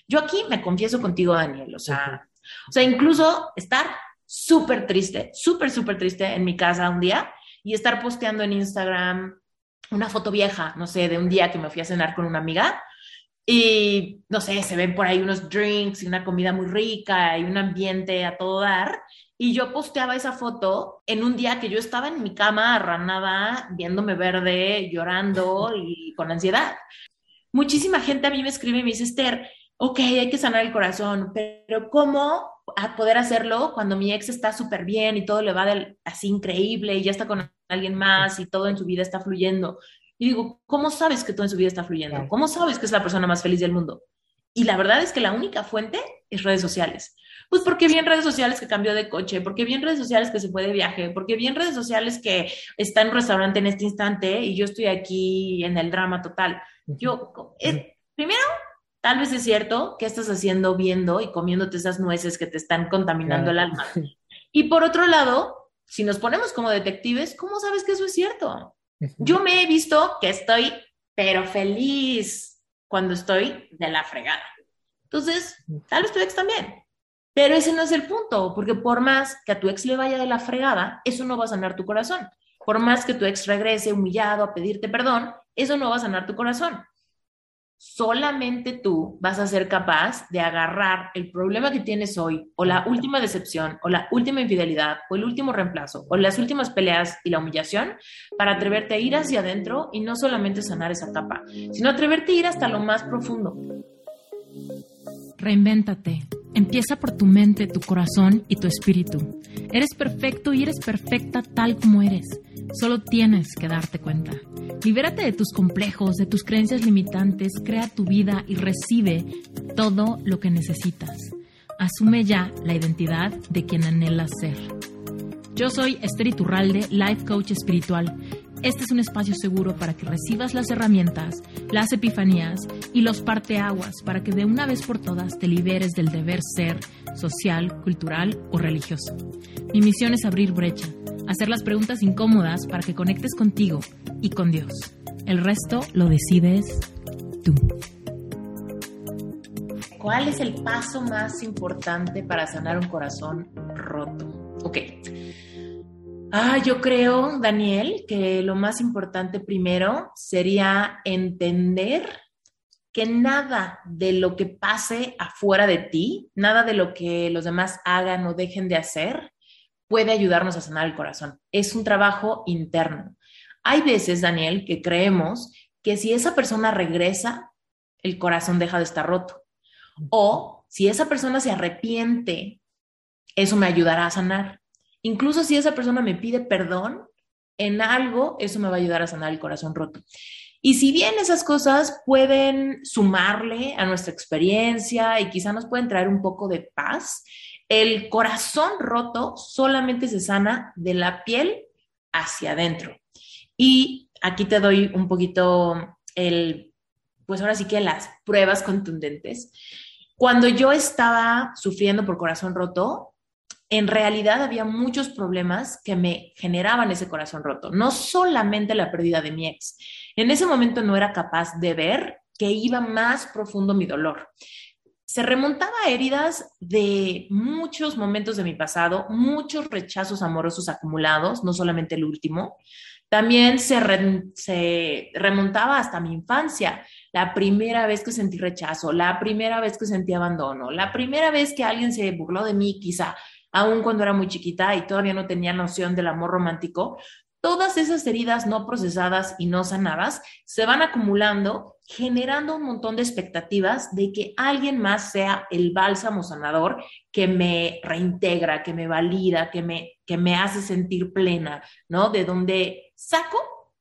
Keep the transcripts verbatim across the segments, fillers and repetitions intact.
Yo aquí me confieso contigo, Daniel, o sea, o sea, incluso estar súper triste, súper, súper triste en mi casa un día y estar posteando en Instagram una foto vieja, no sé, de un día que me fui a cenar con una amiga y, no sé, se ven por ahí unos drinks y una comida muy rica y un ambiente a todo dar. Y yo posteaba esa foto en un día que yo estaba en mi cama arranada, viéndome verde, llorando y con ansiedad. Muchísima gente a mí me escribe y me dice, Esther, ok, hay que sanar el corazón, pero ¿cómo a poder hacerlo cuando mi ex está súper bien y todo le va del- así increíble y ya está con alguien más y todo en su vida está fluyendo? Y digo, ¿cómo sabes que todo en su vida está fluyendo? Claro. ¿Cómo sabes que es la persona más feliz del mundo? Y la verdad es que la única fuente es redes sociales. Pues porque vi en redes sociales que cambió de coche, porque vi en redes sociales que se fue de viaje, porque vi en redes sociales que está en un restaurante en este instante y yo estoy aquí en el drama total. Ujú. Yo, es, primero, tal vez es cierto que estás haciendo, viendo y comiéndote esas nueces que te están contaminando Claro. el alma. Y por otro lado, si nos ponemos como detectives, ¿cómo sabes que eso es cierto? Ujú. Yo me he visto que estoy, pero feliz cuando estoy de la fregada. Entonces, tal vez tu ex también. Pero ese no es el punto, porque por más que a tu ex le vaya de la fregada, eso no va a sanar tu corazón. Por más que tu ex regrese humillado a pedirte perdón, eso no va a sanar tu corazón. Solamente tú vas a ser capaz de agarrar el problema que tienes hoy, o la última decepción, o la última infidelidad, o el último reemplazo, o las últimas peleas y la humillación, para atreverte a ir hacia adentro y no solamente sanar esa capa, sino atreverte a ir hasta lo más profundo. Reinvéntate. Empieza por tu mente, tu corazón y tu espíritu. Eres perfecto y eres perfecta tal como eres. Solo tienes que darte cuenta. Libérate de tus complejos, de tus creencias limitantes, crea tu vida y recibe todo lo que necesitas. Asume ya la identidad de quien anhelas ser. Yo soy Esther Iturralde, Life Coach Espiritual. Este es un espacio seguro para que recibas las herramientas, las epifanías y los parteaguas para que de una vez por todas te liberes del deber ser social, cultural o religioso. Mi misión es abrir brecha, hacer las preguntas incómodas para que conectes contigo y con Dios. El resto lo decides tú. ¿Cuál es el paso más importante para sanar un corazón roto? Ok. Ah, yo creo, Daniel, que lo más importante primero sería entender que nada de lo que pase afuera de ti, nada de lo que los demás hagan o dejen de hacer, puede ayudarnos a sanar el corazón. Es un trabajo interno. Hay veces, Daniel, que creemos que si esa persona regresa, el corazón deja de estar roto. O si esa persona se arrepiente, eso me ayudará a sanar. Incluso si esa persona me pide perdón en algo, eso me va a ayudar a sanar el corazón roto. Y si bien esas cosas pueden sumarle a nuestra experiencia y quizá nos pueden traer un poco de paz, el corazón roto solamente se sana de la piel hacia adentro. Y aquí te doy un poquito el, pues ahora sí que las pruebas contundentes. Cuando yo estaba sufriendo por corazón roto, en realidad había muchos problemas que me generaban ese corazón roto, no solamente la pérdida de mi ex. En ese momento no era capaz de ver que iba más profundo mi dolor. Se remontaba a heridas de muchos momentos de mi pasado, muchos rechazos amorosos acumulados, no solamente el último. También se, re, se remontaba hasta mi infancia, la primera vez que sentí rechazo, la primera vez que sentí abandono, la primera vez que alguien se burló de mí, quizá, aún cuando era muy chiquita y todavía no tenía noción del amor romántico. Todas esas heridas no procesadas y no sanadas se van acumulando, generando un montón de expectativas de que alguien más sea el bálsamo sanador que me reintegra, que me valida, que me, que me hace sentir plena, ¿no? De donde saco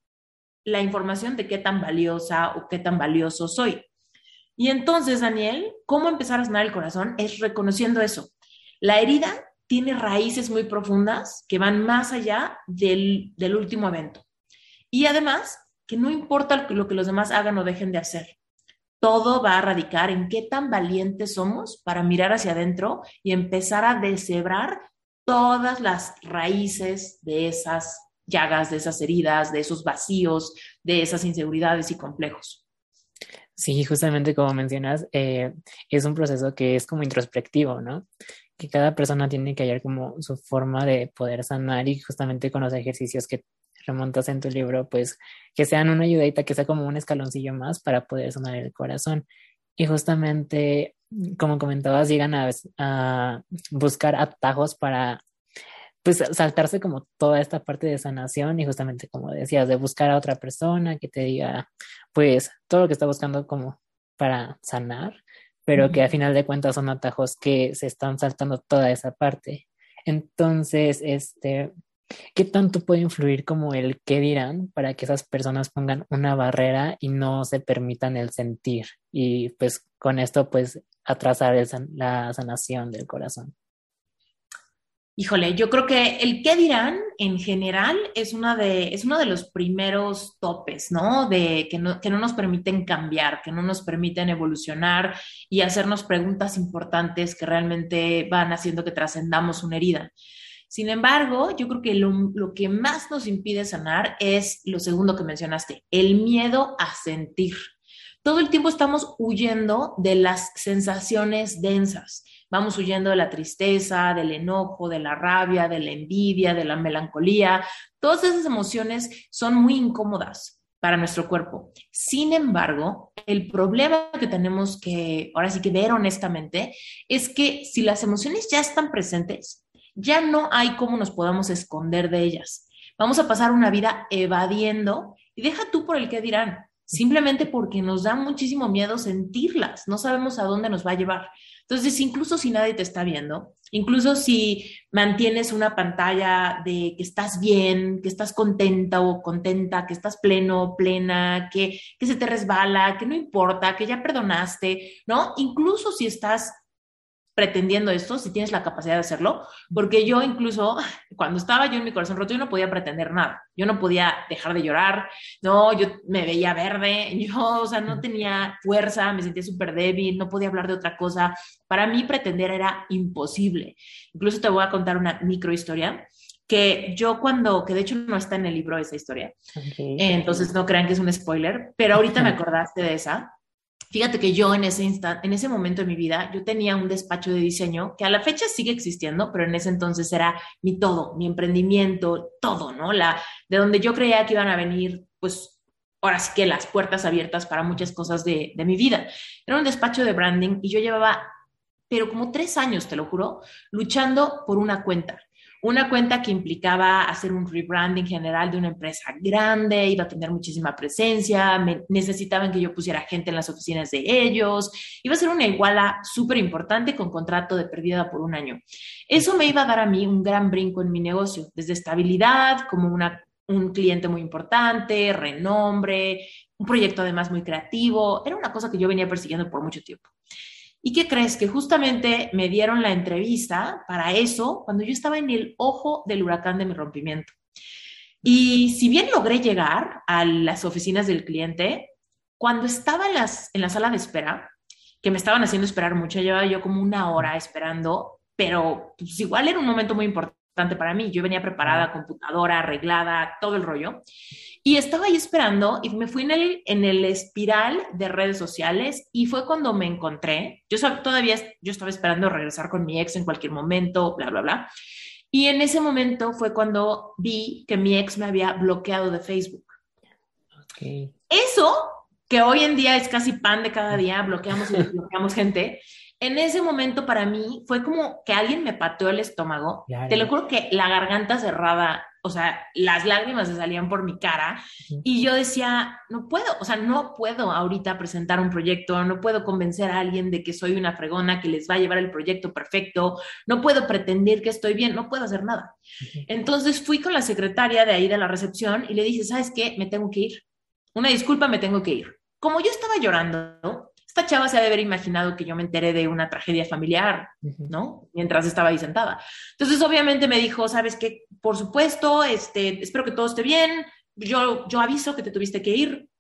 la información de qué tan valiosa o qué tan valioso soy. Y entonces, Daniel, ¿cómo empezar a sanar el corazón? Es reconociendo eso. La herida tiene raíces muy profundas que van más allá del, del último evento. Y además, que no importa lo que los demás hagan o dejen de hacer. Todo va a radicar en qué tan valientes somos para mirar hacia adentro y empezar a deshebrar todas las raíces de esas llagas, de esas heridas, de esos vacíos, de esas inseguridades y complejos. Sí, justamente como mencionas, eh, es un proceso que es como introspectivo, ¿no? Que cada persona tiene que hallar como su forma de poder sanar y justamente con los ejercicios que remontas en tu libro, pues que sean una ayudita, que sea como un escaloncillo más para poder sanar el corazón. Y justamente, como comentabas, llegan a, a buscar atajos para pues saltarse como toda esta parte de sanación y justamente como decías, de buscar a otra persona que te diga pues todo lo que está buscando como para sanar, pero que a final de cuentas son atajos que se están saltando toda esa parte. Entonces, este, ¿qué tanto puede influir como el qué dirán para que esas personas pongan una barrera y no se permitan el sentir? Y pues con esto pues atrasar el san- la sanación del corazón. Híjole, yo creo que el qué dirán en general es, una de, es uno de los primeros topes, ¿no? De que, no, que no nos permiten cambiar, que no nos permiten evolucionar y hacernos preguntas importantes que realmente van haciendo que trascendamos una herida. Sin embargo, yo creo que lo, lo que más nos impide sanar es lo segundo que mencionaste, el miedo a sentir. Todo el tiempo estamos huyendo de las sensaciones densas. Vamos huyendo de la tristeza, del enojo, de la rabia, de la envidia, de la melancolía. Todas esas emociones son muy incómodas para nuestro cuerpo. Sin embargo, el problema que tenemos que, ahora sí que ver honestamente, es que si las emociones ya están presentes, ya no hay cómo nos podamos esconder de ellas. Vamos a pasar una vida evadiendo y deja tú por el qué dirán, simplemente porque nos da muchísimo miedo sentirlas, no sabemos a dónde nos va a llevar. Entonces, incluso si nadie te está viendo, incluso si mantienes una pantalla de que estás bien, que estás contenta o contenta, que estás pleno, plena, que, que se te resbala, que no importa, que ya perdonaste, ¿no? Incluso si estás pretendiendo esto, si tienes la capacidad de hacerlo, porque yo incluso cuando estaba yo en mi corazón roto, yo no podía pretender nada, yo no podía dejar de llorar, no, yo me veía verde, yo, o sea, no tenía fuerza, me sentía súper débil, no podía hablar de otra cosa, para mí pretender era imposible. Incluso te voy a contar una micro historia que yo cuando, que de hecho no está en el libro esa historia, Okay. entonces no crean que es un spoiler, pero ahorita me acordaste de esa. Fíjate que yo en ese instante, en ese momento de mi vida, yo tenía un despacho de diseño que a la fecha sigue existiendo, pero en ese entonces era mi todo, mi emprendimiento, todo, ¿no? La, de donde yo creía que iban a venir, pues, ahora sí que las puertas abiertas para muchas cosas de, de mi vida. Era un despacho de branding y yo llevaba, pero como tres años, te lo juro, luchando por una cuenta. Una cuenta que implicaba hacer un rebranding general de una empresa grande, iba a tener muchísima presencia, me, necesitaban que yo pusiera gente en las oficinas de ellos, iba a ser una iguala súper importante con contrato de pérdida por un año. Eso me iba a dar a mí un gran brinco en mi negocio, desde estabilidad, como una, un cliente muy importante, renombre, un proyecto además muy creativo, era una cosa que yo venía persiguiendo por mucho tiempo. ¿Y qué crees? Que justamente me dieron la entrevista para eso cuando yo estaba en el ojo del huracán de mi rompimiento. Y si bien logré llegar a las oficinas del cliente, cuando estaba en, las, en la sala de espera, que me estaban haciendo esperar mucho, llevaba yo como una hora esperando, pero pues igual era un momento muy importante para mí. Yo venía preparada, computadora, arreglada, todo el rollo. Y estaba ahí esperando y me fui en el, en el espiral de redes sociales y fue cuando me encontré. Yo sab- todavía yo estaba esperando regresar con mi ex en cualquier momento, bla, bla, bla. Y en ese momento fue cuando vi que mi ex me había bloqueado de Facebook. Okay. Eso, que hoy en día es casi pan de cada día, bloqueamos y desbloqueamos gente, en ese momento para mí fue como que alguien me pateó el estómago. Claro. Te lo juro que la garganta cerrada, o sea, las lágrimas se salían por mi cara y yo decía, no puedo, o sea, no puedo ahorita presentar un proyecto, no puedo convencer a alguien de que soy una fregona que les va a llevar el proyecto perfecto, no puedo pretender que estoy bien, no puedo hacer nada. Entonces fui con la secretaria de ahí de la recepción y le dije, ¿sabes qué? Me tengo que ir. Una disculpa, me tengo que ir. Como yo estaba llorando, esta chava se ha de haber imaginado que yo me enteré de una tragedia familiar, ¿no? Mientras estaba ahí sentada. Entonces, obviamente me dijo, ¿sabes qué? Por supuesto, este, espero que todo esté bien. Yo, yo aviso que te tuviste que ir.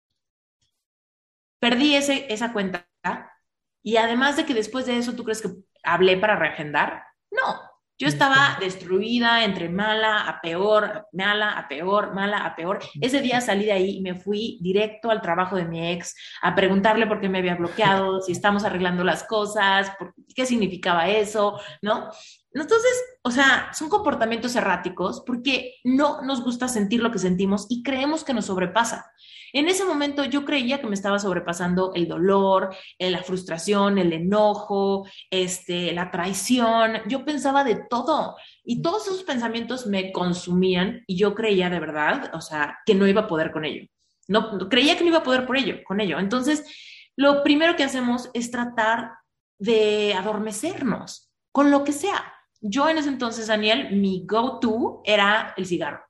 Perdí ese, esa cuenta. Y además de que después de eso, ¿tú crees que hablé para reagendar? No. Yo estaba destruida, entre mala a peor, mala a peor, mala a peor. Ese día salí de ahí y me fui directo al trabajo de mi ex a preguntarle por qué me había bloqueado, si estamos arreglando las cosas, por qué significaba eso, ¿no? Entonces, o sea, son comportamientos erráticos porque no nos gusta sentir lo que sentimos y creemos que nos sobrepasa. En ese momento yo creía que me estaba sobrepasando el dolor, la frustración, el enojo, este, la traición. Yo pensaba de todo y todos esos pensamientos me consumían y yo creía de verdad, o sea, que no iba a poder con ello. No, creía que no iba a poder por ello, con ello. Entonces, lo primero que hacemos es tratar de adormecernos con lo que sea. Yo en ese entonces, Daniel, mi go-to era el cigarro.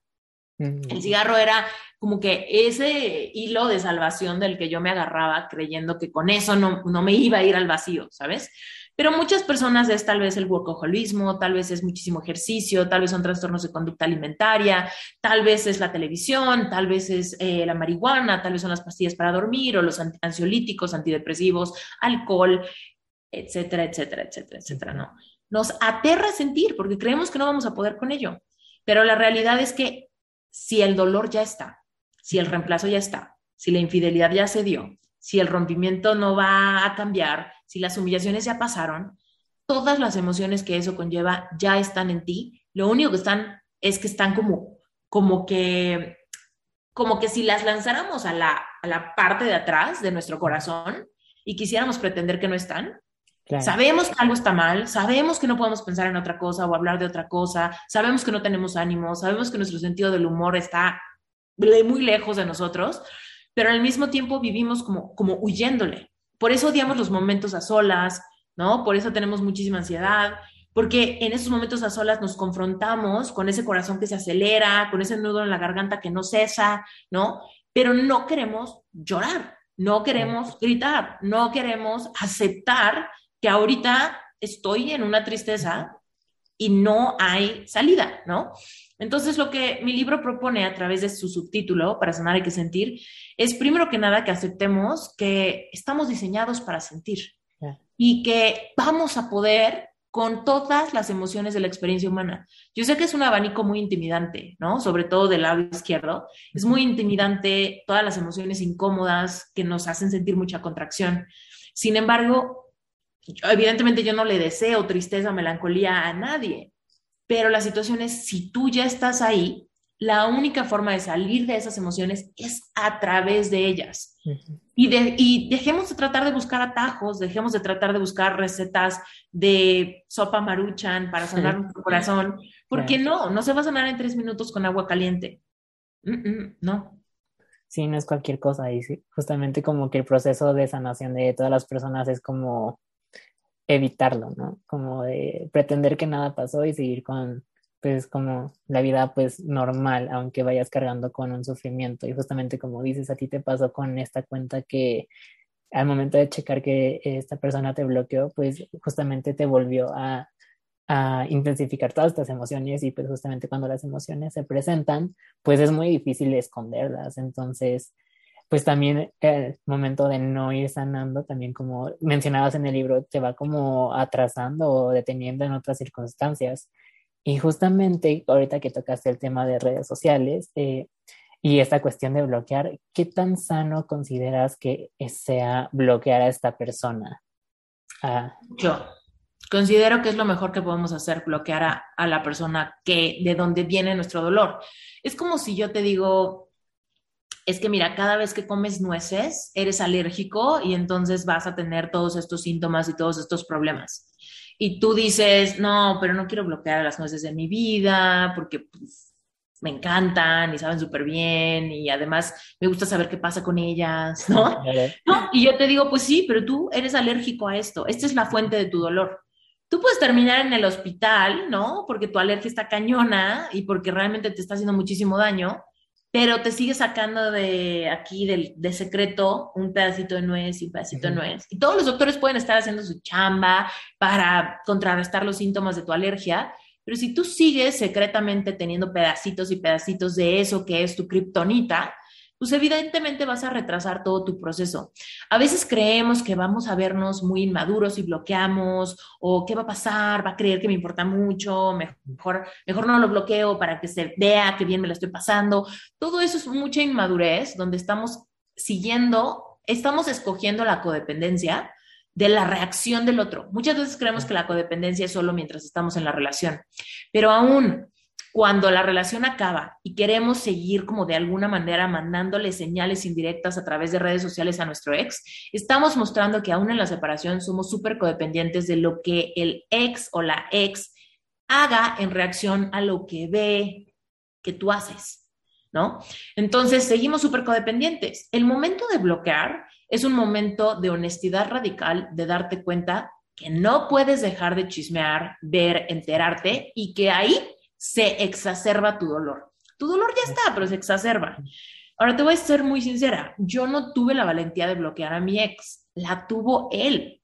El cigarro era como que ese hilo de salvación del que yo me agarraba creyendo que con eso no, no me iba a ir al vacío, ¿sabes? Pero muchas personas es tal vez el workaholismo, tal vez es muchísimo ejercicio, tal vez son trastornos de conducta alimentaria, tal vez es la televisión, tal vez es eh, la marihuana, tal vez son las pastillas para dormir o los ansiolíticos, antidepresivos, alcohol, etcétera, etcétera, etcétera, etcétera, ¿no? Nos aterra sentir porque creemos que no vamos a poder con ello, pero la realidad es que si el dolor ya está, si el reemplazo ya está, si la infidelidad ya se dio, si el rompimiento no va a cambiar, si las humillaciones ya pasaron, todas las emociones que eso conlleva ya están en ti. Lo único que están es que están como, como que, como que si las lanzáramos a la, a la parte de atrás de nuestro corazón y quisiéramos pretender que no están. Claro. Sabemos que algo está mal, sabemos que no podemos pensar en otra cosa o hablar de otra cosa, sabemos que no tenemos ánimo, sabemos que nuestro sentido del humor está muy lejos de nosotros, pero al mismo tiempo vivimos como, como huyéndole. Por eso odiamos los momentos a solas, ¿no? Por eso tenemos muchísima ansiedad, porque en esos momentos a solas nos confrontamos con ese corazón que se acelera, con ese nudo en la garganta que no cesa, ¿no? Pero no queremos llorar, no queremos gritar, no queremos aceptar que ahorita estoy en una tristeza y no hay salida, ¿no? Entonces, lo que mi libro propone a través de su subtítulo, Para sanar hay que sentir, es primero que nada que aceptemos que estamos diseñados para sentir yeah. y que vamos a poder con todas las emociones de la experiencia humana. Yo sé que es un abanico muy intimidante, ¿no? Sobre todo del lado izquierdo. Es muy intimidante todas las emociones incómodas que nos hacen sentir mucha contracción. Sin embargo, evidentemente yo no le deseo tristeza o melancolía a nadie, pero la situación es, si tú ya estás ahí, la única forma de salir de esas emociones es a través de ellas. Uh-huh. Y, de, y dejemos de tratar de buscar atajos, dejemos de tratar de buscar recetas de sopa Maruchan para sanar uh-huh. nuestro corazón, porque yeah. no, no se va a sanar en tres minutos con agua caliente. Uh-uh, no. Sí, no es cualquier cosa. Y sí, justamente como que el proceso de sanación de todas las personas es como evitarlo, ¿no? Como de pretender que nada pasó y seguir con, pues, como la vida, pues, normal, aunque vayas cargando con un sufrimiento. Y justamente como dices, a ti te pasó con esta cuenta que al momento de checar que esta persona te bloqueó, pues, justamente te volvió a, a intensificar todas estas emociones y, pues, justamente cuando las emociones se presentan, pues, es muy difícil esconderlas. Entonces, pues también el momento de no ir sanando, también como mencionabas en el libro, te va como atrasando o deteniendo en otras circunstancias. Y justamente ahorita que tocaste el tema de redes sociales eh, y esta cuestión de bloquear, ¿qué tan sano consideras que sea bloquear a esta persona? Ah. Yo considero que es lo mejor que podemos hacer, bloquear a, a la persona que, de donde viene nuestro dolor. Es como si yo te digo, es que mira, cada vez que comes nueces, eres alérgico y entonces vas a tener todos estos síntomas y todos estos problemas. Y tú dices, no, pero no quiero bloquear las nueces de mi vida porque pues, me encantan y saben súper bien y además me gusta saber qué pasa con ellas, ¿no? ¿no? Y yo te digo, pues sí, pero tú eres alérgico a esto. Esta es la fuente de tu dolor. Tú puedes terminar en el hospital, ¿no? Porque tu alergia está cañona y porque realmente te está haciendo muchísimo daño, pero te sigue sacando de aquí, de, de secreto, un pedacito de nuez y un pedacito uh-huh. de nuez. Y todos los doctores pueden estar haciendo su chamba para contrarrestar los síntomas de tu alergia, pero si tú sigues secretamente teniendo pedacitos y pedacitos de eso que es tu kriptonita, pues evidentemente vas a retrasar todo tu proceso. A veces creemos que vamos a vernos muy inmaduros y bloqueamos, o qué va a pasar, va a creer que me importa mucho, mejor, mejor no lo bloqueo para que se vea que bien me la estoy pasando. Todo eso es mucha inmadurez, donde estamos siguiendo, estamos escogiendo la codependencia de la reacción del otro. Muchas veces creemos que la codependencia es solo mientras estamos en la relación, pero aún cuando la relación acaba y queremos seguir como de alguna manera mandándole señales indirectas a través de redes sociales a nuestro ex, estamos mostrando que aún en la separación somos súper codependientes de lo que el ex o la ex haga en reacción a lo que ve que tú haces, ¿no? Entonces seguimos súper codependientes. El momento de bloquear es un momento de honestidad radical, de darte cuenta que no puedes dejar de chismear, ver, enterarte, y que ahí se exacerba tu dolor. Tu dolor ya está, pero se exacerba. Ahora te voy a ser muy sincera, yo no tuve la valentía de bloquear a mi ex, la tuvo él.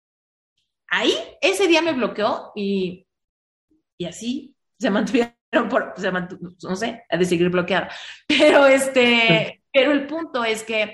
Ahí, ese día me bloqueó y, y así se mantuvieron por, se mantuvo, no sé, de seguir bloqueada. Pero este, pero el punto es que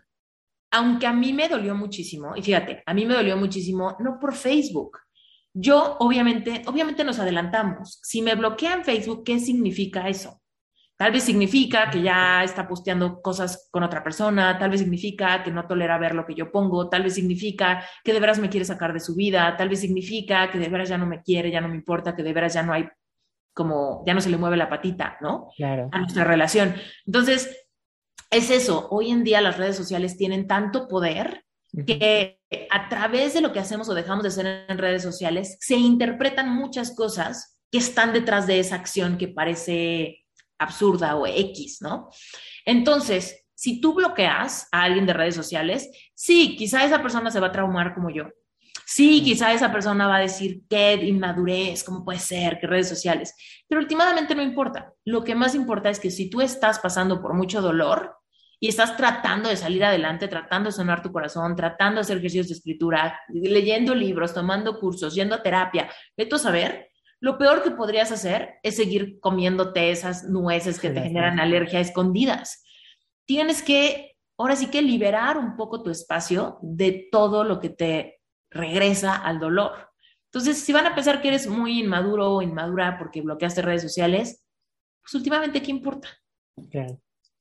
aunque a mí me dolió muchísimo, y fíjate, a mí me dolió muchísimo, no por Facebook. Yo, obviamente, obviamente nos adelantamos. Si me bloquea en Facebook, ¿qué significa eso? Tal vez significa que ya está posteando cosas con otra persona, tal vez significa que no tolera ver lo que yo pongo, tal vez significa que de veras me quiere sacar de su vida, tal vez significa que de veras ya no me quiere, ya no me importa, que de veras ya no hay, como, ya no se le mueve la patita, ¿no? Claro. A nuestra relación. Entonces, es eso, hoy en día las redes sociales tienen tanto poder que a través de lo que hacemos o dejamos de hacer en redes sociales, se interpretan muchas cosas que están detrás de esa acción que parece absurda o X, ¿no? Entonces, si tú bloqueas a alguien de redes sociales, sí, quizá esa persona se va a traumar como yo. Sí, quizá esa persona va a decir, qué inmadurez, ¿cómo puede ser? ¿Qué redes sociales? Pero últimamente no importa. Lo que más importa es que si tú estás pasando por mucho dolor y estás tratando de salir adelante, tratando de sanar tu corazón, tratando de hacer ejercicios de escritura, leyendo libros, tomando cursos, yendo a terapia, vete a saber, lo peor que podrías hacer es seguir comiéndote esas nueces que te generan alergia escondidas. Tienes que, ahora sí que liberar un poco tu espacio de todo lo que te regresa al dolor. Entonces, si van a pensar que eres muy inmaduro o inmadura porque bloqueaste redes sociales, pues últimamente, ¿qué importa? Claro.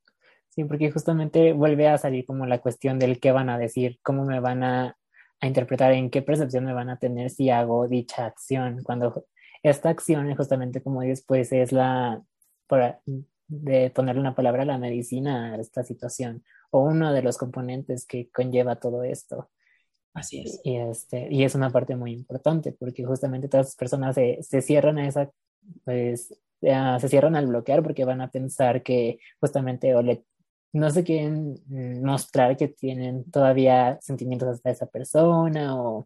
Sí, porque justamente vuelve a salir como la cuestión del qué van a decir, cómo me van a, a interpretar, en qué percepción me van a tener si hago dicha acción. Cuando esta acción, justamente como dices, pues es la, por, de ponerle una palabra, la medicina a esta situación, o uno de los componentes que conlleva todo esto. Así es. Y, este, y es una parte muy importante, porque justamente todas las personas se, se cierran a esa, pues, a, se cierran al bloquear porque van a pensar que justamente o le no se quieren mostrar que tienen todavía sentimientos hacia esa persona o,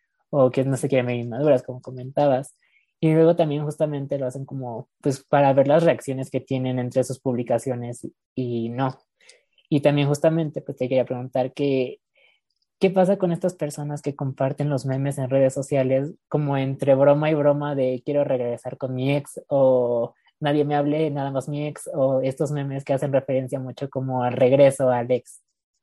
o que no se quieren ver inmaduras, como comentabas. Y luego también justamente lo hacen como, pues, para ver las reacciones que tienen entre sus publicaciones y, y no. Y también justamente, pues, te quería preguntar que, ¿qué pasa con estas personas que comparten los memes en redes sociales como entre broma y broma de quiero regresar con mi ex o nadie me hable, nada más mi ex, o estos memes que hacen referencia mucho como al regreso al ex?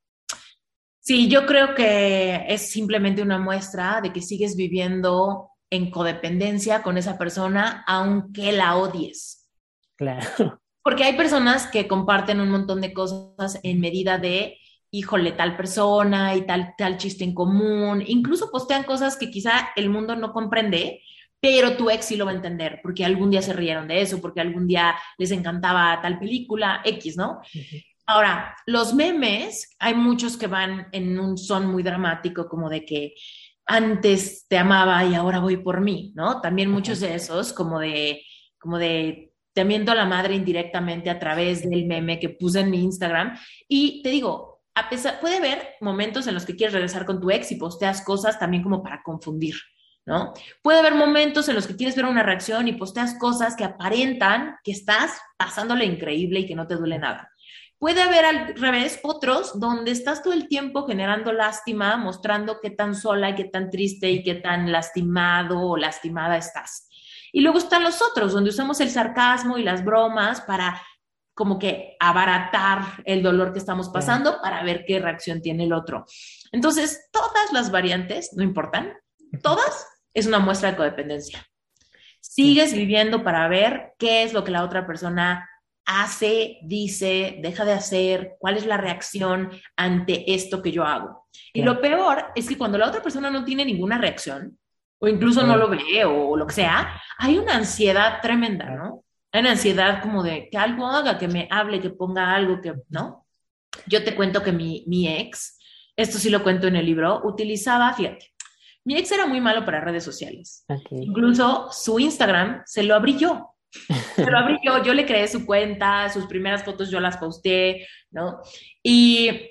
Sí, yo creo que es simplemente una muestra de que sigues viviendo en codependencia con esa persona, aunque la odies. Claro. Porque hay personas que comparten un montón de cosas en medida de, híjole, tal persona y tal, tal chiste en común, incluso postean cosas que quizá el mundo no comprende, pero tu ex sí lo va a entender, porque algún día se rieron de eso, porque algún día les encantaba tal película, X, ¿no? Uh-huh. Ahora, los memes, hay muchos que van en un son muy dramático, como de que antes te amaba y ahora voy por mí, ¿no? También muchos de esos, como de, como de te miento a la madre indirectamente a través del meme que puse en mi Instagram. Y te digo, a pesar, puede haber momentos en los que quieres regresar con tu ex y posteas cosas también como para confundir, ¿no? Puede haber momentos en los que quieres ver una reacción y posteas cosas que aparentan que estás pasándole increíble y que no te duele nada. Puede haber al revés otros donde estás todo el tiempo generando lástima, mostrando qué tan sola y qué tan triste y qué tan lastimado o lastimada estás. Y luego están los otros, donde usamos el sarcasmo y las bromas para como que abaratar el dolor que estamos pasando para ver qué reacción tiene el otro. Entonces, todas las variantes, no importan, todas es una muestra de codependencia. Sigues viviendo para ver qué es lo que la otra persona hace, dice, deja de hacer, cuál es la reacción ante esto que yo hago. Y lo peor es que cuando la otra persona no tiene ninguna reacción, o incluso no lo ve, o lo que sea, hay una ansiedad tremenda, ¿no? Hay una ansiedad como de que algo haga, que me hable, que ponga algo, que, ¿no? Yo te cuento que mi, mi ex, esto sí lo cuento en el libro, utilizaba, fíjate, mi ex era muy malo para redes sociales. Okay. Incluso su Instagram se lo abrí yo. Se lo abrí yo, yo le creé su cuenta, sus primeras fotos yo las posté, ¿no? Y,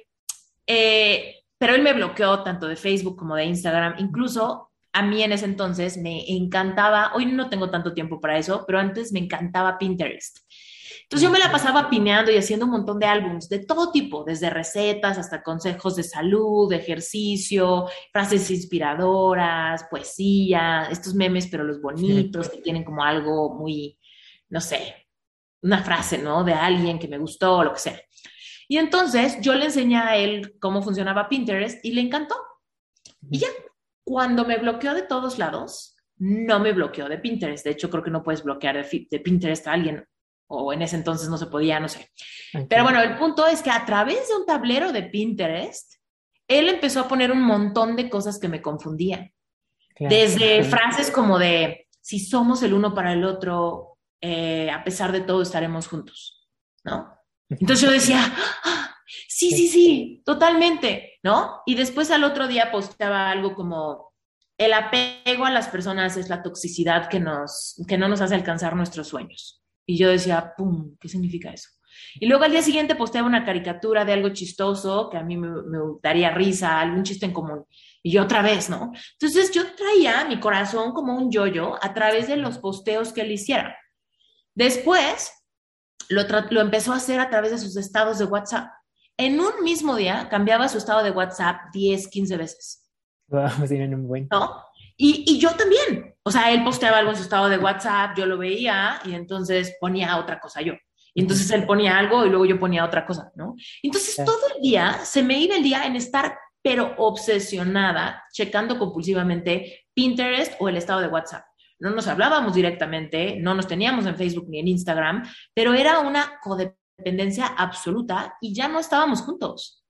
eh, pero él me bloqueó tanto de Facebook como de Instagram. Incluso a mí en ese entonces me encantaba, hoy no tengo tanto tiempo para eso, pero antes me encantaba Pinterest. Entonces yo me la pasaba pineando y haciendo un montón de álbums de todo tipo, desde recetas hasta consejos de salud, de ejercicio, frases inspiradoras, poesía, estos memes, pero los bonitos, que tienen como algo muy, no sé, una frase, ¿no? De alguien que me gustó o lo que sea. Y entonces yo le enseñé a él cómo funcionaba Pinterest y le encantó. Y ya, cuando me bloqueó de todos lados, no me bloqueó de Pinterest. De hecho, creo que no puedes bloquear de, de Pinterest a alguien, o en ese entonces no se podía, no sé. Okay. Pero bueno, el punto es que a través de un tablero de Pinterest, él empezó a poner un montón de cosas que me confundían. Claro. Desde frases como de, si somos el uno para el otro, eh, a pesar de todo estaremos juntos, ¿no? Entonces yo decía, ¡ah! sí, sí, sí, totalmente, ¿no? Y después al otro día posteaba algo como, el apego a las personas es la toxicidad que, nos, que no nos hace alcanzar nuestros sueños. Y yo decía, pum, ¿qué significa eso? Y luego al día siguiente posteaba una caricatura de algo chistoso que a mí me, me daría risa, algún chiste en común. Y yo otra vez, ¿no? Entonces yo traía mi corazón como un yoyo a través de los posteos que él hiciera. Después lo, lo empezó a hacer a través de sus estados de WhatsApp. En un mismo día cambiaba su estado de WhatsApp diez, quince veces. Wow, tienen un buen... ¿No? Y, y yo también. O sea, él posteaba algo en su estado de WhatsApp, yo lo veía y entonces ponía otra cosa yo. Y entonces él ponía algo y luego yo ponía otra cosa, ¿no? Entonces todo el día, se me iba el día en estar, pero obsesionada, checando compulsivamente Pinterest o el estado de WhatsApp. No nos hablábamos directamente, no nos teníamos en Facebook ni en Instagram, pero era una codependencia absoluta y ya no estábamos juntos,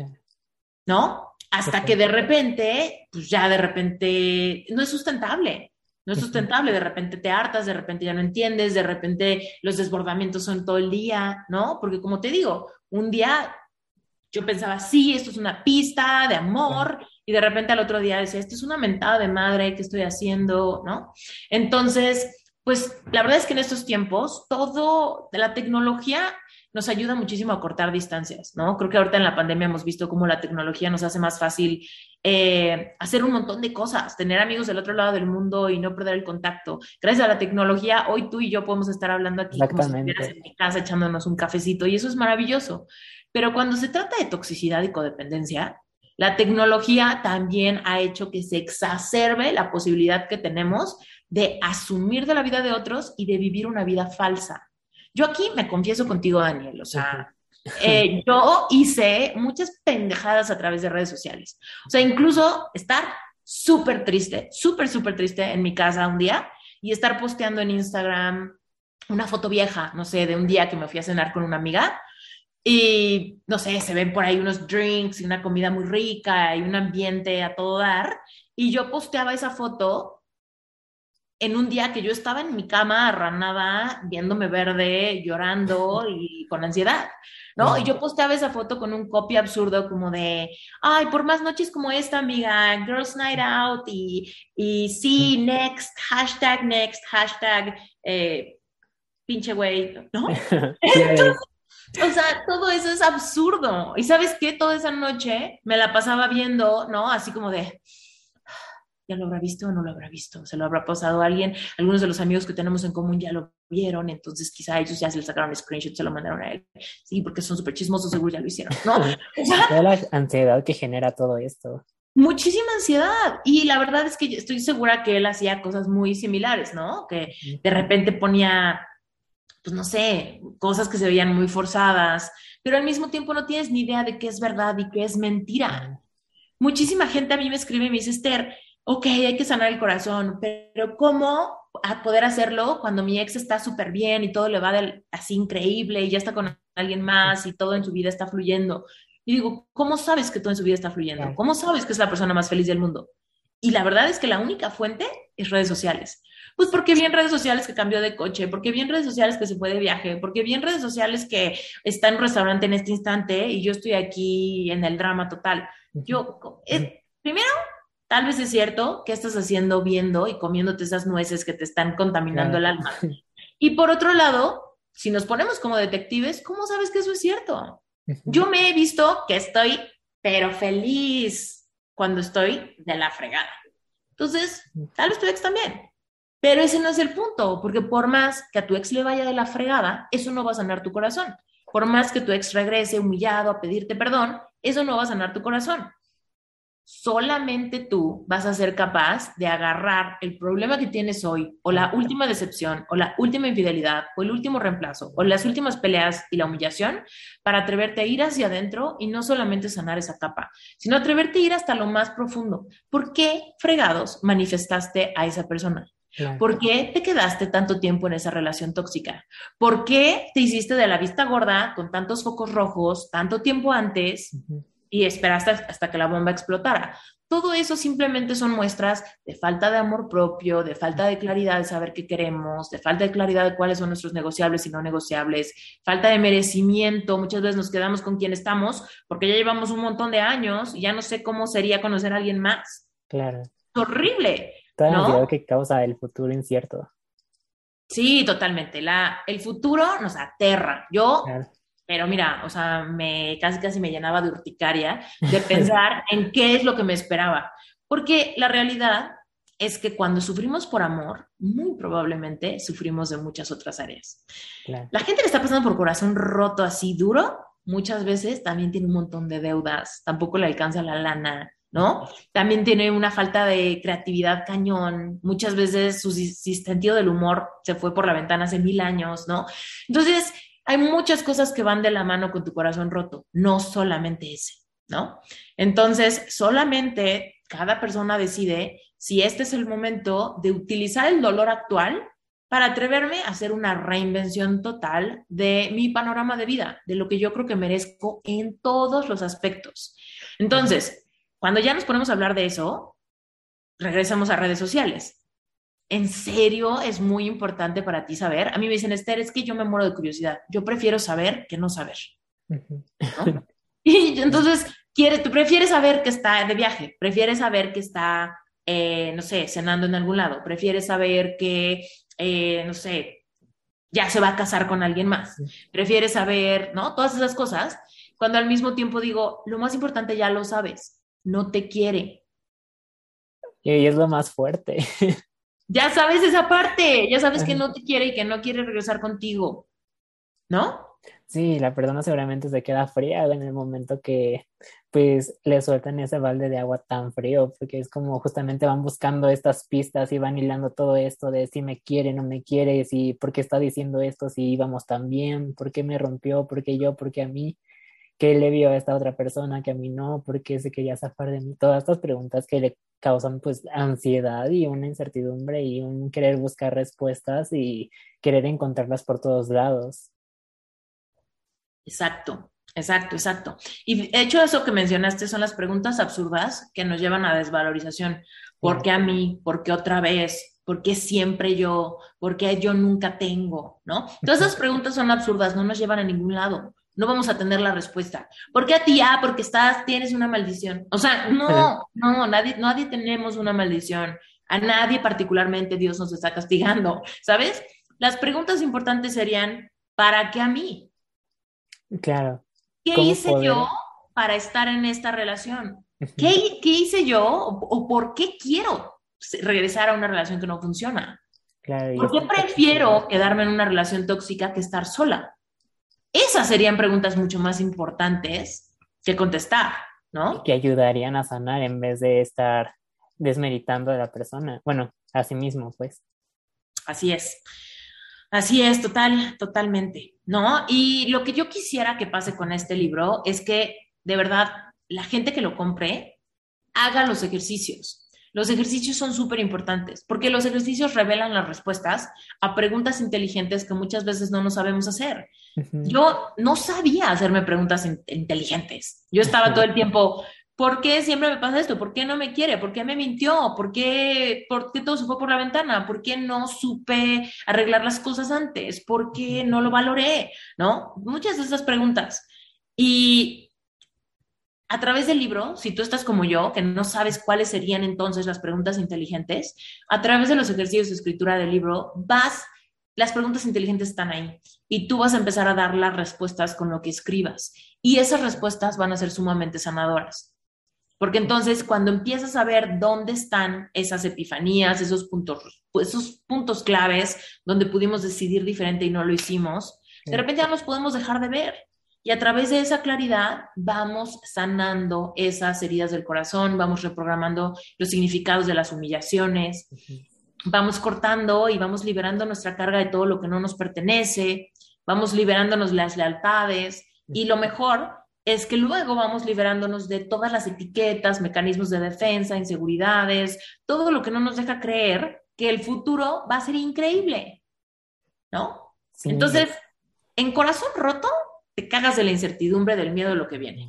¿no? Hasta que de repente, pues ya de repente, no es sustentable, no es sustentable, de repente te hartas, de repente ya no entiendes, de repente los desbordamientos son todo el día, ¿no? Porque como te digo, un día yo pensaba, sí, esto es una pista de amor, y de repente al otro día decía, esto es una mentada de madre, ¿qué estoy haciendo? ¿No? Entonces, pues la verdad es que en estos tiempos, todo de la tecnología nos ayuda muchísimo a cortar distancias, ¿no? Creo que ahorita en la pandemia hemos visto cómo la tecnología nos hace más fácil eh, hacer un montón de cosas, tener amigos del otro lado del mundo y no perder el contacto. Gracias a la tecnología, hoy tú y yo podemos estar hablando aquí como si estuvieras en mi casa echándonos un cafecito y eso es maravilloso. Pero cuando se trata de toxicidad y codependencia, la tecnología también ha hecho que se exacerbe la posibilidad que tenemos de asumir de la vida de otros y de vivir una vida falsa. Yo aquí me confieso contigo, Daniel, o sea, eh, yo hice muchas pendejadas a través de redes sociales. O sea, incluso estar súper triste, súper, súper triste en mi casa un día y estar posteando en Instagram una foto vieja, no sé, de un día que me fui a cenar con una amiga y, no sé, se ven por ahí unos drinks y una comida muy rica y un ambiente a todo dar y yo posteaba esa foto en un día que yo estaba en mi cama arranada, viéndome verde, llorando y con ansiedad, ¿no? Y yo posteaba esa foto con un copy absurdo como de, ay, por más noches como esta, amiga, Girls Night Out, y, y sí, next, hashtag next, hashtag eh, pinche güey, ¿no? Entonces, o sea, todo eso es absurdo. ¿Y sabes qué? Toda esa noche me la pasaba viendo, ¿no? Así como de... ¿ya lo habrá visto o no lo habrá visto? ¿Se lo habrá pasado a alguien? Algunos de los amigos que tenemos en común ya lo vieron, entonces quizá ellos ya se le sacaron screenshot, se lo mandaron a él. Sí, porque son súper chismosos, seguro ya lo hicieron, ¿no? O sea, toda la ansiedad que genera todo esto. Muchísima ansiedad. Y la verdad es que estoy segura que él hacía cosas muy similares, ¿no? Que de repente ponía pues no sé, cosas que se veían muy forzadas, pero al mismo tiempo no tienes ni idea de qué es verdad y qué es mentira. Muchísima gente a mí me escribe y me dice, Esther, ok, hay que sanar el corazón, pero ¿cómo a poder hacerlo cuando mi ex está súper bien y todo le va de, así increíble y ya está con alguien más y todo en su vida está fluyendo? Y digo, ¿cómo sabes que todo en su vida está fluyendo? Claro. ¿Cómo sabes que es la persona más feliz del mundo? Y la verdad es que la única fuente es redes sociales. Pues porque vi en redes sociales que cambió de coche, porque vi en redes sociales que se fue de viaje, porque vi en redes sociales que está en un restaurante en este instante y yo estoy aquí en el drama total. Yo, eh, primero, tal vez es cierto que estás haciendo, viendo y comiéndote esas nueces que te están contaminando Claro. el alma. Y por otro lado, si nos ponemos como detectives, ¿cómo sabes que eso es cierto? Yo me he visto que estoy, pero feliz cuando estoy de la fregada. Entonces, tal vez tu ex también. Pero ese no es el punto, porque por más que a tu ex le vaya de la fregada, eso no va a sanar tu corazón. Por más que tu ex regrese humillado a pedirte perdón, eso no va a sanar tu corazón. Solamente tú vas a ser capaz de agarrar el problema que tienes hoy, o la última decepción, o la última infidelidad, o el último reemplazo, o las últimas peleas y la humillación, para atreverte a ir hacia adentro y no solamente sanar esa capa, sino atreverte a ir hasta lo más profundo. ¿Por qué fregados manifestaste a esa persona? Claro. ¿Por qué te quedaste tanto tiempo en esa relación tóxica? ¿Por qué te hiciste de la vista gorda con tantos focos rojos tanto tiempo antes Uh-huh. y esperaste hasta que la bomba explotara? Todo eso simplemente son muestras de falta de amor propio, de falta de claridad de saber qué queremos, de falta de claridad de cuáles son nuestros negociables y no negociables, falta de merecimiento. Muchas veces nos quedamos con quien estamos porque ya llevamos un montón de años y ya no sé cómo sería conocer a alguien más. Claro. Es horrible, Toda la ¿no? ansiedad que causa el futuro incierto. Sí, totalmente. La, el futuro nos aterra. Yo, Claro. pero mira, o sea, me casi casi me llenaba de urticaria de pensar en qué es lo que me esperaba. Porque la realidad es que cuando sufrimos por amor, muy probablemente sufrimos de muchas otras áreas. Claro. La gente que está pasando por corazón roto así duro, muchas veces también tiene un montón de deudas, tampoco le alcanza la lana, ¿no? También tiene una falta de creatividad cañón, muchas veces su sentido del humor se fue por la ventana hace mil años, ¿no? Entonces, hay muchas cosas que van de la mano con tu corazón roto, no solamente ese, ¿no? Entonces, solamente cada persona decide si este es el momento de utilizar el dolor actual para atreverme a hacer una reinvención total de mi panorama de vida, de lo que yo creo que merezco en todos los aspectos. Entonces, cuando ya nos ponemos a hablar de eso, regresamos a redes sociales. ¿En serio es muy importante para ti saber? A mí me dicen, Esther, es que yo me muero de curiosidad. Yo prefiero saber que no saber, ¿no? Y entonces, quiere, tú prefieres saber que está de viaje, prefieres saber que está, eh, no sé, cenando en algún lado, prefieres saber que, eh, no sé, ya se va a casar con alguien más, prefieres saber, ¿no? Todas esas cosas, cuando al mismo tiempo digo, lo más importante ya lo sabes, no te quiere. Y es lo más fuerte. Ya sabes esa parte, ya sabes que Ajá. no te quiere y que no quiere regresar contigo, ¿no? Sí, la persona seguramente se queda fría en el momento que pues le sueltan ese balde de agua tan frío, porque es como justamente van buscando estas pistas y van hilando todo esto de si me quiere, no me quiere, si por qué está diciendo esto, si íbamos tan bien, por qué me rompió, por qué yo, por qué a mí, qué le vio a esta otra persona que a mí no, por qué se quería zafar de mí, todas estas preguntas que le causan pues ansiedad y una incertidumbre y un querer buscar respuestas y querer encontrarlas por todos lados. Exacto, exacto, exacto. Y de hecho eso que mencionaste son las preguntas absurdas que nos llevan a desvalorización. ¿Por qué a mí? ¿Por qué otra vez? ¿Por qué siempre yo? ¿Por qué yo nunca tengo? ¿No? Todas esas preguntas son absurdas, no nos llevan a ningún lado. No vamos a tener la respuesta. ¿Por qué a ti? Ah, porque estás, tienes una maldición. O sea, no, no, nadie, nadie tenemos una maldición. A nadie particularmente Dios nos está castigando, ¿sabes? Las preguntas importantes serían, ¿para qué a mí? Claro. ¿Qué ¿Cómo hice poder? yo para estar en esta relación? ¿Qué, qué hice yo o, o por qué quiero regresar a una relación que no funciona? Claro, y ¿Por qué esta prefiero toxicidad quedarme en una relación tóxica que estar sola? Esas serían preguntas mucho más importantes que contestar, ¿no? que ayudarían a sanar en vez de estar desmeritando a la persona. Bueno, a sí mismo, pues. Así es. Así es, total, totalmente, ¿no? Y lo que yo quisiera que pase con este libro es que, de verdad, la gente que lo compre haga los ejercicios. Los ejercicios son súper importantes porque los ejercicios revelan las respuestas a preguntas inteligentes que muchas veces no nos sabemos hacer. Ujú. Yo no sabía hacerme preguntas in- inteligentes. Yo estaba todo el tiempo, ¿por qué siempre me pasa esto? ¿Por qué no me quiere? ¿Por qué me mintió? ¿Por qué, por qué todo se fue por la ventana? ¿Por qué no supe arreglar las cosas antes? ¿Por qué no lo valoré? ¿No? Muchas de esas preguntas. Y a través del libro, si tú estás como yo, que no sabes cuáles serían entonces las preguntas inteligentes, a través de los ejercicios de escritura del libro, vas, las preguntas inteligentes están ahí y tú vas a empezar a dar las respuestas con lo que escribas. Y esas respuestas van a ser sumamente sanadoras. Porque entonces cuando empiezas a ver dónde están esas epifanías, esos puntos, esos puntos claves donde pudimos decidir diferente y no lo hicimos, de repente ya nos podemos dejar de ver. Y a través de esa claridad vamos sanando esas heridas del corazón, vamos reprogramando los significados de las humillaciones, vamos cortando y vamos liberando nuestra carga de todo lo que no nos pertenece, vamos liberándonos las lealtades y lo mejor es que luego vamos liberándonos de todas las etiquetas, mecanismos de defensa, inseguridades, todo lo que no nos deja creer que el futuro va a ser increíble, ¿no? Sí. Entonces, en corazón roto, te cagas de la incertidumbre, del miedo de lo que viene.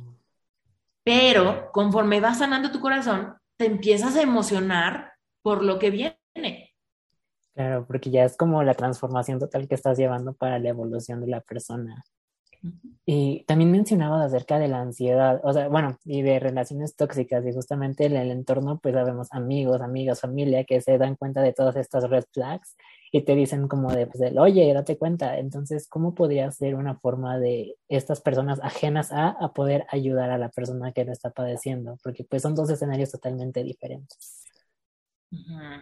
Pero conforme vas sanando tu corazón, te empiezas a emocionar por lo que viene. Claro, porque ya es como la transformación total que estás llevando para la evolución de la persona. Y también mencionabas acerca de la ansiedad, o sea, bueno, y de relaciones tóxicas, y justamente en el entorno, pues sabemos amigos, amigas, familia, que se dan cuenta de todas estas red flags y te dicen como de, pues, del, oye, date cuenta. Entonces, ¿cómo podría ser una forma de estas personas ajenas a, a poder ayudar a la persona que lo está padeciendo? Porque pues son dos escenarios totalmente diferentes. Uh-huh.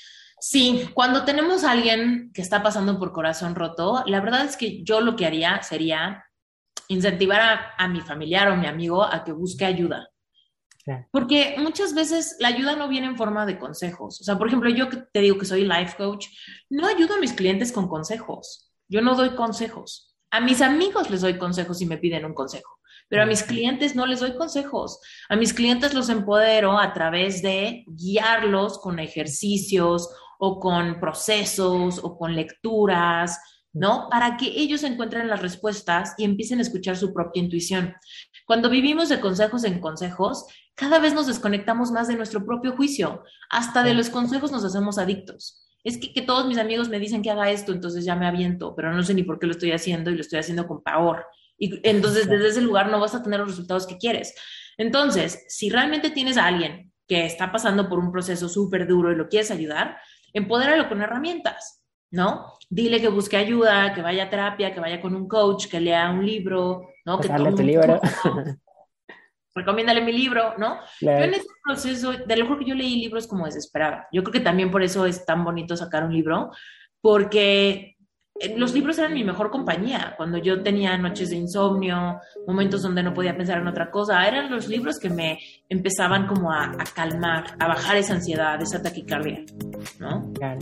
Sí, cuando tenemos a alguien que está pasando por corazón roto, la verdad es que yo lo que haría sería incentivar a, a mi familiar o mi amigo a que busque ayuda. Claro. Porque muchas veces la ayuda no viene en forma de consejos. O sea, por ejemplo, yo que te digo que soy life coach, no ayudo a mis clientes con consejos. Yo no doy consejos. A mis amigos les doy consejos si me piden un consejo, pero a mis clientes no les doy consejos. A mis clientes los empodero a través de guiarlos con ejercicios o con procesos o con lecturas, ¿no? Para que ellos encuentren las respuestas y empiecen a escuchar su propia intuición. Cuando vivimos de consejos en consejos, cada vez nos desconectamos más de nuestro propio juicio. Hasta de los consejos nos hacemos adictos. Es que, que todos mis amigos me dicen que haga esto, entonces ya me aviento, pero no sé ni por qué lo estoy haciendo y lo estoy haciendo con pavor. Y entonces desde ese lugar no vas a tener los resultados que quieres. Entonces, si realmente tienes a alguien que está pasando por un proceso súper duro y lo quieres ayudar, empodéralo con herramientas, ¿no? Dile que busque ayuda, que vaya a terapia, que vaya con un coach, que lea un libro, ¿no? Pues que hazle tome tu un libro. curso. Recomiéndale mi libro, ¿no? Claro. Yo en ese proceso, de lo que yo leí libros como desesperada. Yo creo que también por eso es tan bonito sacar un libro, porque los libros eran mi mejor compañía. Cuando yo tenía noches de insomnio, momentos donde no podía pensar en otra cosa, eran los libros que me empezaban como a, a calmar, a bajar esa ansiedad, esa taquicardia, ¿no? Claro.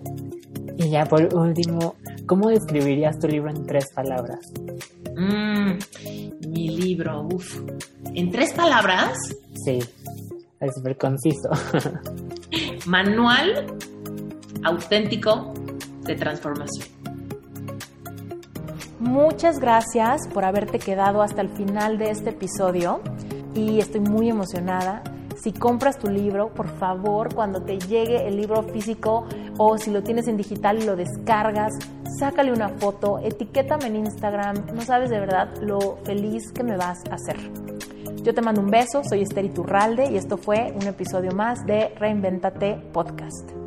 Y ya por último, ¿cómo describirías tu libro en tres palabras? Mm, mi libro, uff. ¿En tres palabras? Sí, es súper conciso. Manual auténtico de transformación. Muchas gracias por haberte quedado hasta el final de este episodio y estoy muy emocionada. Si compras tu libro, por favor, cuando te llegue el libro físico o si lo tienes en digital y lo descargas, sácale una foto, etiquétame en Instagram. No sabes de verdad lo feliz que me vas a hacer. Yo te mando un beso, soy Esther Iturralde y esto fue un episodio más de Reinvéntate Podcast.